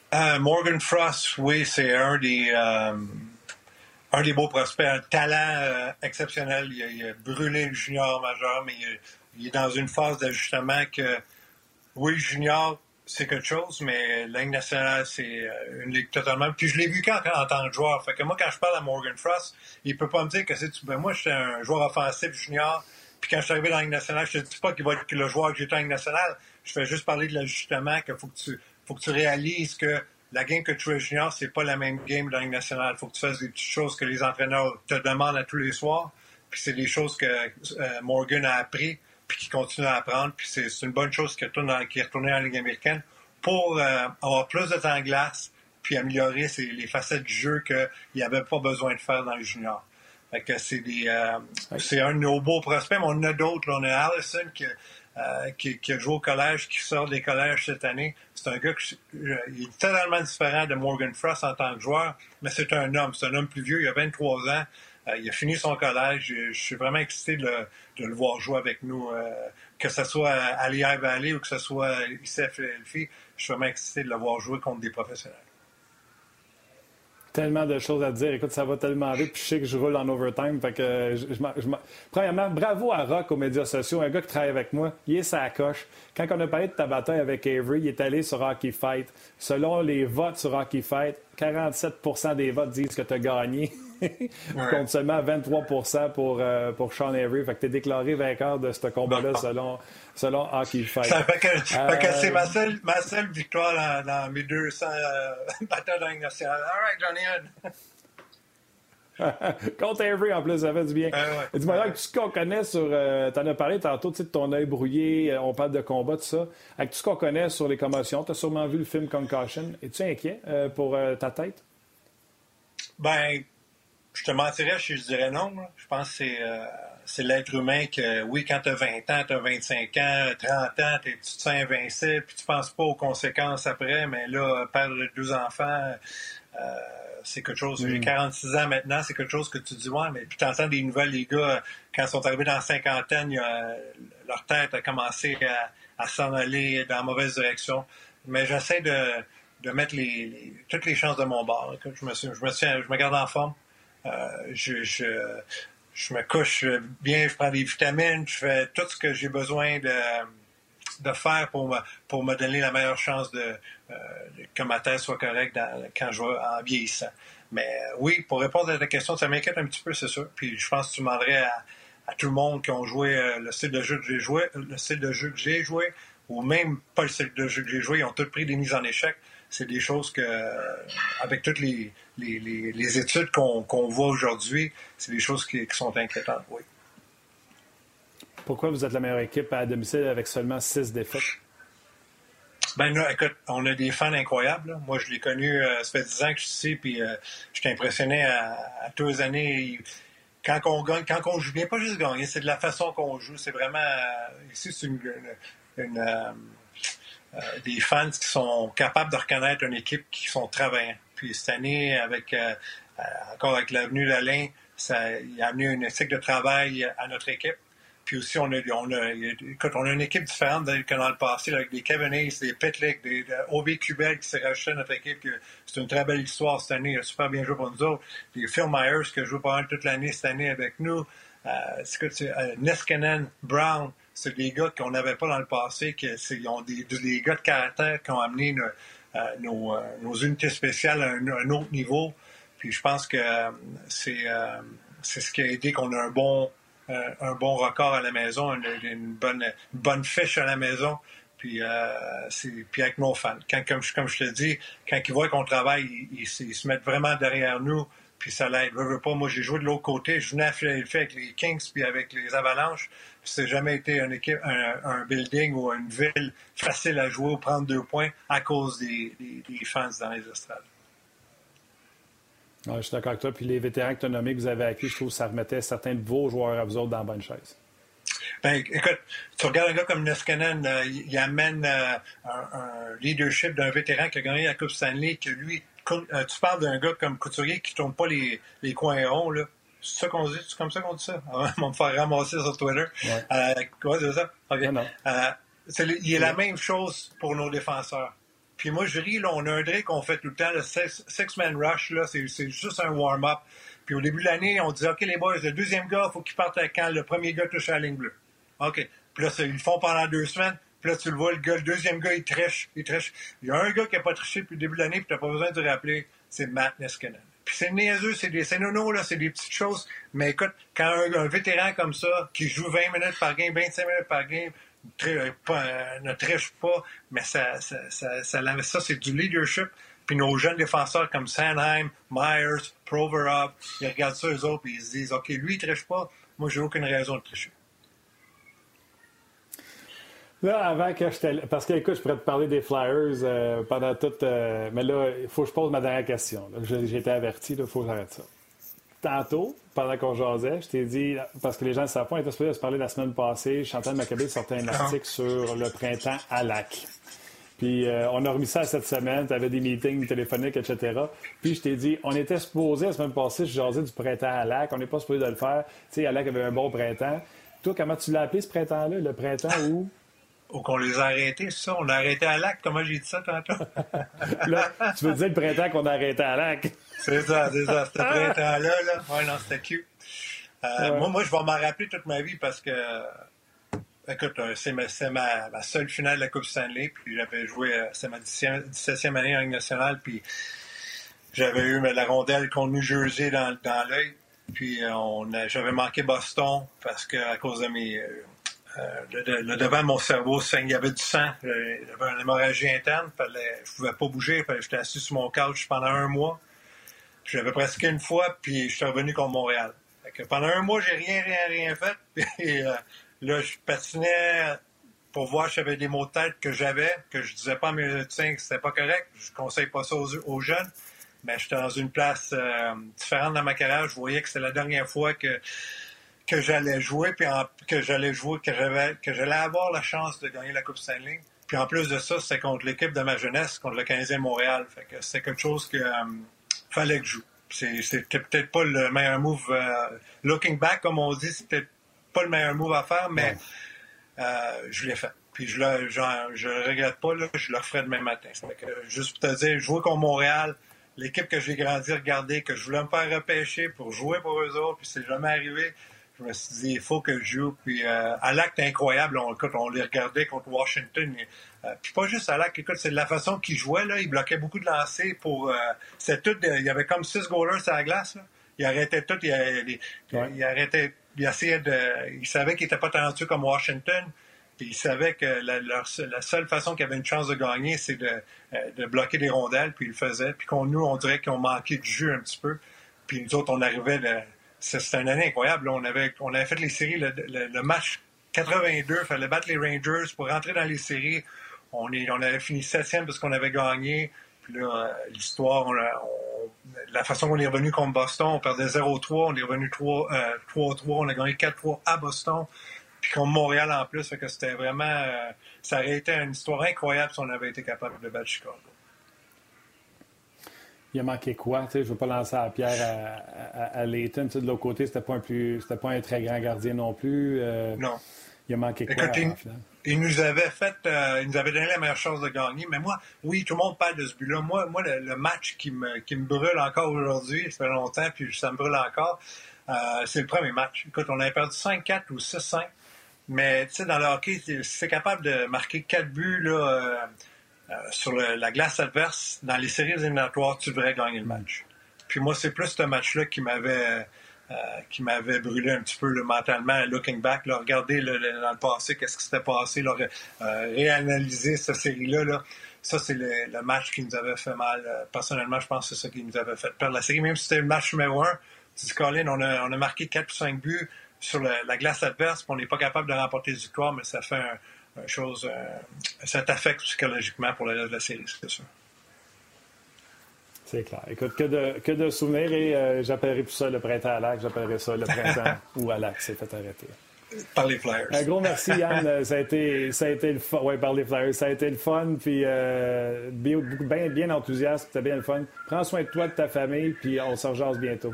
Uh, Morgan Frost, oui, c'est un des, euh, un des beaux prospects, un talent euh, exceptionnel. Il a, il a brûlé le junior majeur, mais il, il est dans une phase d'ajustement que, oui, junior, c'est quelque chose, mais la Ligue nationale, c'est une ligue totalement... Puis je l'ai vu quand, quand en tant que joueur. Fait que moi, quand je parle à Morgan Frost, il peut pas me dire que c'est... Ben moi, j'étais un joueur offensif junior, puis quand je suis arrivé dans la Ligue nationale, je te dis pas qu'il va être le joueur que j'étais en Ligue nationale. Je fais juste parler de l'ajustement, qu'il faut que tu faut que tu réalises que la game que tu joues junior, c'est pas la même game de la Ligue nationale. Il faut que tu fasses des petites choses que les entraîneurs te demandent à tous les soirs. Puis c'est des choses que euh, Morgan a appris, puis qu'il continue à apprendre. Puis c'est, c'est une bonne chose qu'il retourne dans, qu'il est retourné dans la Ligue américaine pour euh, avoir plus de temps de glace, puis améliorer ses, les facettes du jeu qu'il n'avait pas besoin de faire dans le junior. Fait que c'est des, euh, oui. c'est un de nos beaux prospects, mais on en a d'autres. Là. On a Allison qui, euh, qui, qui a joué au collège, qui sort des collèges cette année. C'est un gars qui il est totalement différent de Morgan Frost en tant que joueur, mais c'est un homme. C'est un homme plus vieux, il a vingt-trois ans. Euh, il a fini son collège. Je, je suis vraiment excité de le, de le voir jouer avec nous. Euh, que ce soit à Lehigh Valley ou que ce soit ici à Philadelphie, je suis vraiment excité de le voir jouer contre des professionnels. Tellement de choses à dire. Écoute, ça va tellement vite, puis je sais que je roule en overtime. Fait que je, je, je, premièrement, bravo à Rock aux médias sociaux, un gars qui travaille avec moi. Il est sa coche. Quand on a parlé de ta bataille avec Avery, il est allé sur Hockey Fight. Selon les votes sur Hockey Fight, quarante-sept pour cent des votes disent que tu as gagné. Ouais. Contre seulement vingt-trois pour cent pour, euh, pour Sean Avery. Fait que tu es déclaré vainqueur de ce combat-là selon, selon Hockey Fight. Ça fait que, euh... fait que c'est ma seule, ma seule victoire dans, dans mes deux cents euh, batailles dans la Ligue nationale. All right, Johnny. Contre Avery, en plus, ça fait du bien. Euh, ouais. Dis-moi, avec tout ce qu'on connaît sur... Euh, tu en as parlé tantôt, tu sais, de ton œil brouillé, on parle de combat, tout ça. Avec tout ce qu'on connaît sur les commotions, tu as sûrement vu le film Concussion. Es-tu inquiet euh, pour euh, ta tête? Ben... Je te mentirais si je dirais non. Là. Je pense que c'est, euh, c'est l'être humain que, oui, quand tu as vingt ans, tu as vingt-cinq ans, trente ans, tu te sens invincible, puis tu penses pas aux conséquences après, mais là, perdre deux enfants, euh, c'est quelque chose. Mm. J'ai quarante-six ans maintenant, c'est quelque chose que tu dis, ouais, mais puis tu entends des nouvelles, les gars, quand ils sont arrivés dans la cinquantaine, il a, leur tête a commencé à, à s'en aller dans la mauvaise direction. Mais j'essaie de, de mettre les, les, toutes les chances de mon bord. Là. Je me, suis, je, me suis, je me garde en forme. Euh, je, je, je me couche bien, je prends des vitamines, je fais tout ce que j'ai besoin de, de faire pour me, pour me donner la meilleure chance de, euh, que ma tête soit correcte dans, quand je vais en vieillissant. Mais euh, oui, pour répondre à ta question, ça m'inquiète un petit peu, c'est sûr. Puis je pense que tu demanderais à, à tout le monde qui ont joué euh, le style de jeu que j'ai joué, le style de jeu que j'ai joué, ou même pas le style de jeu que j'ai joué, ils ont tous pris des mises en échec. C'est des choses que, avec toutes les, les, les, les études qu'on, qu'on voit aujourd'hui, c'est des choses qui, qui sont inquiétantes, oui. Pourquoi vous êtes la meilleure équipe à domicile avec seulement six défaites? Ben là, écoute, on a des fans incroyables. Là. Moi, je l'ai connu, euh, ça fait dix ans que je suis ici, puis euh, je suis impressionné à, à tous les années. Quand on gagne, quand on joue bien, pas juste gagner, c'est de la façon qu'on joue. C'est vraiment, euh, ici, c'est une... une, une euh, Euh, des fans qui sont capables de reconnaître une équipe qui sont travaillants. Puis cette année, avec euh, euh, encore avec l'avenue d'Alain, ça il a amené une éthique de travail à notre équipe. Puis aussi, on a, on a, écoute, on a une équipe différente que dans le passé, là, avec des Kevin Hayes, des Pitlick, des O B Kubel qui s'est rajouté à notre équipe. Que c'est une très belle histoire cette année. Il a super bien joué pour nous autres. Des Phil Myers qui a joué pendant toute l'année cette année avec nous. Euh, c'est, c'est, euh, Niskanen, Brown, c'est des gars qu'on n'avait pas dans le passé, qui ils ont des, des gars de caractère qui ont amené nos, euh, nos, euh, nos unités spéciales à un, un autre niveau. Puis je pense que euh, c'est, euh, c'est ce qui a aidé qu'on a un bon, euh, un bon record à la maison, une, une, bonne, une bonne fiche à la maison. Puis, euh, c'est, puis avec nos fans. Quand, comme, comme je te dis, quand ils voient qu'on travaille, ils, ils, ils se mettent vraiment derrière nous. Puis ça l'aide. Veux, veux pas. Moi, j'ai joué de l'autre côté. Je venais à Philadelphie avec les Kings puis avec les Avalanches. Puis ça n'a jamais été une équipe, un, un building ou une ville facile à jouer ou prendre deux points à cause des, des, des fans dans les estrades. Ouais, je suis d'accord avec toi. Puis les vétérans que tu as nommés, que vous avez acquis, je trouve que ça remettait certains de vos joueurs à vous autres dans la bonne chaise. Ben, écoute, tu regardes un gars comme Niskanen, euh, il, il amène euh, un, un leadership d'un vétéran qui a gagné la Coupe Stanley, que lui, euh, tu parles d'un gars comme Couturier qui ne tourne pas les, les coins ronds, là. C'est ça qu'on dit? C'est comme ça qu'on dit ça? On va me faire ramasser sur Twitter. Ouais, euh, ouais c'est ça? OK. Non, non. Euh, c'est, il est ouais. La même chose pour nos défenseurs. Puis moi, je ris, là, on a un drill qu'on fait tout le temps, le six-man rush, là, c'est, c'est juste un warm-up. Puis au début de l'année, on disait, OK, les boys, le deuxième gars, il faut qu'il parte quand le premier gars touche à la ligne bleue. OK. Puis là, ils le font pendant deux semaines. Puis là, tu le vois, le gars, le deuxième gars, il triche, il triche. Il y a un gars qui n'a pas triché depuis le début de l'année, puis tu n'as pas besoin de te rappeler, c'est Matt Niskanen. Puis c'est niaiseux, c'est des c'est nono, là, c'est des petites choses. Mais écoute, quand un, un vétéran comme ça, qui joue vingt minutes par game, vingt-cinq minutes par game, Très, pas, euh, ne triche pas, mais ça, ça, ça, ça, ça, ça c'est du leadership. Puis nos jeunes défenseurs comme Sanheim, Myers, Provorov, ils regardent ça eux autres et ils se disent, OK, lui, il triche pas, moi, j'ai aucune raison de tricher. Là, avant que je te... Parce que, écoute, je pourrais te parler des Flyers euh, pendant toute... Euh... Mais là, il faut que je pose ma dernière question. Là. J'ai été averti, il faut que j'arrête ça. Tantôt, pendant qu'on jasait, je t'ai dit, parce que les gens ne savent pas, on était supposé se parler la semaine passée, Chantal Machabée sortait un article sur le printemps à Lac. Puis euh, on a remis ça cette semaine, tu avais des meetings téléphoniques, et cetera. Puis je t'ai dit, on était supposé la semaine passée, je jasais du printemps à Lac, on n'est pas supposé de le faire. Tu sais, à Lac avait un bon printemps. Toi, comment tu l'as appelé ce printemps-là, le printemps où? Ou qu'on les a arrêtés, c'est ça? On a arrêté à Lac, comment j'ai dit ça tantôt? Là, tu veux dire le printemps qu'on a arrêté à Lac? C'est ça, c'est ça. Ce printemps-là, là. Ouais, non, c'était cute. Euh, ouais. Moi, moi, je vais m'en rappeler toute ma vie parce que, écoute, c'est, ma, c'est ma, ma seule finale de la Coupe Stanley. Puis j'avais joué, c'est ma dix-septième année en Ligue nationale. Puis j'avais eu la rondelle contre New Jersey dans, dans l'œil. Puis on a, j'avais manqué Boston parce que à cause de mes. Euh, le, le devant de mon cerveau, il y avait du sang. J'avais une hémorragie interne. Fallait, je ne pouvais pas bouger. Fallait, j'étais assis sur mon couch pendant un mois. J'avais presque une fois, puis je suis revenu contre Montréal. Fait que pendant un mois, j'ai rien, rien, rien fait. Puis euh, là, je patinais pour voir si j'avais des maux de tête que j'avais, que je disais pas à mes médecins que c'était pas correct. Je conseille pas ça aux, aux jeunes. Mais j'étais dans une place euh, différente dans ma carrière. Je voyais que c'était la dernière fois que que j'allais jouer, puis en, que j'allais jouer, que j'avais, que j'allais avoir la chance de gagner la Coupe Stanley. Puis en plus de ça, c'était contre l'équipe de ma jeunesse, contre le Canadien Montréal. Fait que c'était quelque chose que euh, fallait que je joue. C'est, c'était peut-être pas le meilleur move. Euh, looking back, comme on dit, c'était pas le meilleur move à faire, mais euh, je l'ai fait. Puis je le, genre, je le regrette pas, là, je le referai demain matin. Fait que, juste pour te dire, jouer contre Montréal, l'équipe que j'ai grandi regarder, que je voulais me faire repêcher pour jouer pour eux autres, puis c'est jamais arrivé. Je me suis dit, il faut que je joue. Puis euh, à l'acte incroyable, on, écoute, on les regardait contre Washington. Et, euh, puis pas juste à l'acte, écoute, c'est de la façon qu'ils jouaient. Là, ils bloquaient beaucoup de lancers pour. Euh, c'était tout. Il y avait comme six goalers sur la glace. Là. Ils arrêtaient tout. Ils, ils, ouais. ils arrêtaient. Ils essayaient de. Ils savaient qu'ils n'étaient pas talentueux comme Washington. Puis ils savaient que la, leur, la seule façon qu'ils avaient une chance de gagner, c'est de, euh, de bloquer des rondelles. Puis ils le faisaient. Puis qu'on, nous, on dirait qu'ils ont manqué de jus un petit peu. Puis nous autres, on arrivait. De, C'était une année incroyable. Là. On, avait, on avait fait les séries, le, le, le match quatre-vingt-deux, il fallait battre les Rangers pour rentrer dans les séries. On, est, on avait fini septième parce qu'on avait gagné. Puis là, l'histoire, on a, on, la façon qu'on est revenu contre Boston, on perdait zéro trois, on est revenu trois trois, on a gagné quatre trois à Boston, puis contre Montréal en plus. Fait que c'était vraiment... Euh, ça aurait été une histoire incroyable si on avait été capable de battre Chicago. Il a manqué quoi? Je ne veux pas lancer la pierre à, à, à Leighton. De l'autre côté, c'était pas un plus, c'était pas un très grand gardien non plus. Euh, non. Il a manqué quoi? Écoute, il, il nous avait fait, euh, il nous avait donné la meilleure chance de gagner. Mais moi, oui, tout le monde parle de ce but-là. Moi, moi le, le match qui me, qui me brûle encore aujourd'hui, ça fait longtemps, puis ça me brûle encore, euh, c'est le premier match. Écoute, on avait perdu cinq quatre ou six cinq. Mais tu sais, dans le hockey, si c'est capable de marquer quatre buts là. Euh, Euh, sur le, la glace adverse, dans les séries éliminatoires, tu devrais gagner le match. Puis moi, c'est plus ce match-là qui m'avait euh, qui m'avait brûlé un petit peu là, mentalement, looking back, là, regarder là, dans le passé, qu'est-ce qui s'était passé, là, euh, réanalyser cette série-là. Là. Ça, c'est le, le match qui nous avait fait mal. Personnellement, je pense que c'est ça qui nous avait fait perdre la série. Même si c'était le match numéro un, tu dis, Colin, on a, on a marqué quatre ou cinq buts sur la, la glace adverse, puis on n'est pas capable de remporter des victoires, mais ça fait un chose, euh, ça t'affecte psychologiquement pour la, la série, c'est sûr. C'est clair. Écoute, que de, que de souvenirs et euh, j'appellerai plus ça le printemps à Lac, j'appellerai ça le printemps où à Lac c'est fait arrêter. Par les Flyers. Un gros merci, Yann. ça, a été, ça a été le fun. Oui, par les Flyers. Ça a été le fun, puis euh, bien, bien, bien enthousiaste, c'était bien le fun. Prends soin de toi, de ta famille, puis on se rejase bientôt.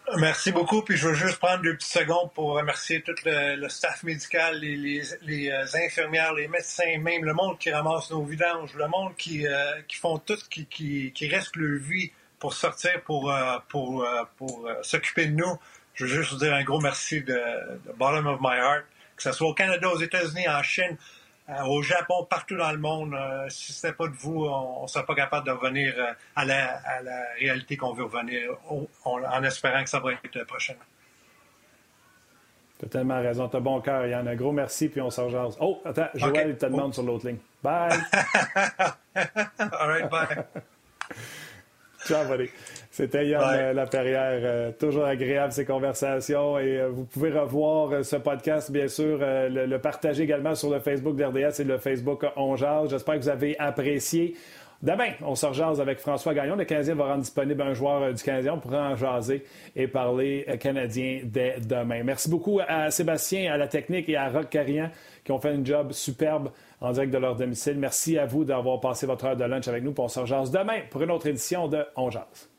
Merci beaucoup. Puis je veux juste prendre deux petites secondes pour remercier tout le, le staff médical, les, les, les infirmières, les médecins, même le monde qui ramasse nos vidanges, le monde qui, euh, qui font tout, qui, qui, qui reste leur vie pour sortir, pour, euh, pour, euh, pour euh, s'occuper de nous. Je veux juste vous dire un gros merci de, de bottom of my heart. Que ce soit au Canada, aux États-Unis, en Chine, euh, au Japon, partout dans le monde. Euh, si ce n'était pas de vous, on ne serait pas capable de revenir euh, à, la, à la réalité qu'on veut revenir, on, on, en espérant que ça va être prochainement. Tu as tellement raison. Tu as bon cœur, Yann. Un gros merci, puis on s'en jase. Oh, attends, Joël okay. te demande oh. sur l'autre ligne. Bye! All right, bye! Ciao, buddy. C'était Yann euh, Laperrière. Euh, toujours agréable ces conversations. Et euh, vous pouvez revoir euh, ce podcast, bien sûr, euh, le, le partager également sur le Facebook d'R D S et le Facebook On Jase. J'espère que vous avez apprécié. Demain, on se rejase avec François Gagnon. Le Canadien va rendre disponible un joueur euh, du Canadien. On pourra en jaser et parler euh, Canadien dès demain. Merci beaucoup à Sébastien, à la technique et à Roch Carrian qui ont fait un job superbe en direct de leur domicile. Merci à vous d'avoir passé votre heure de lunch avec nous. Puis on se rejase demain pour une autre édition de On Jase.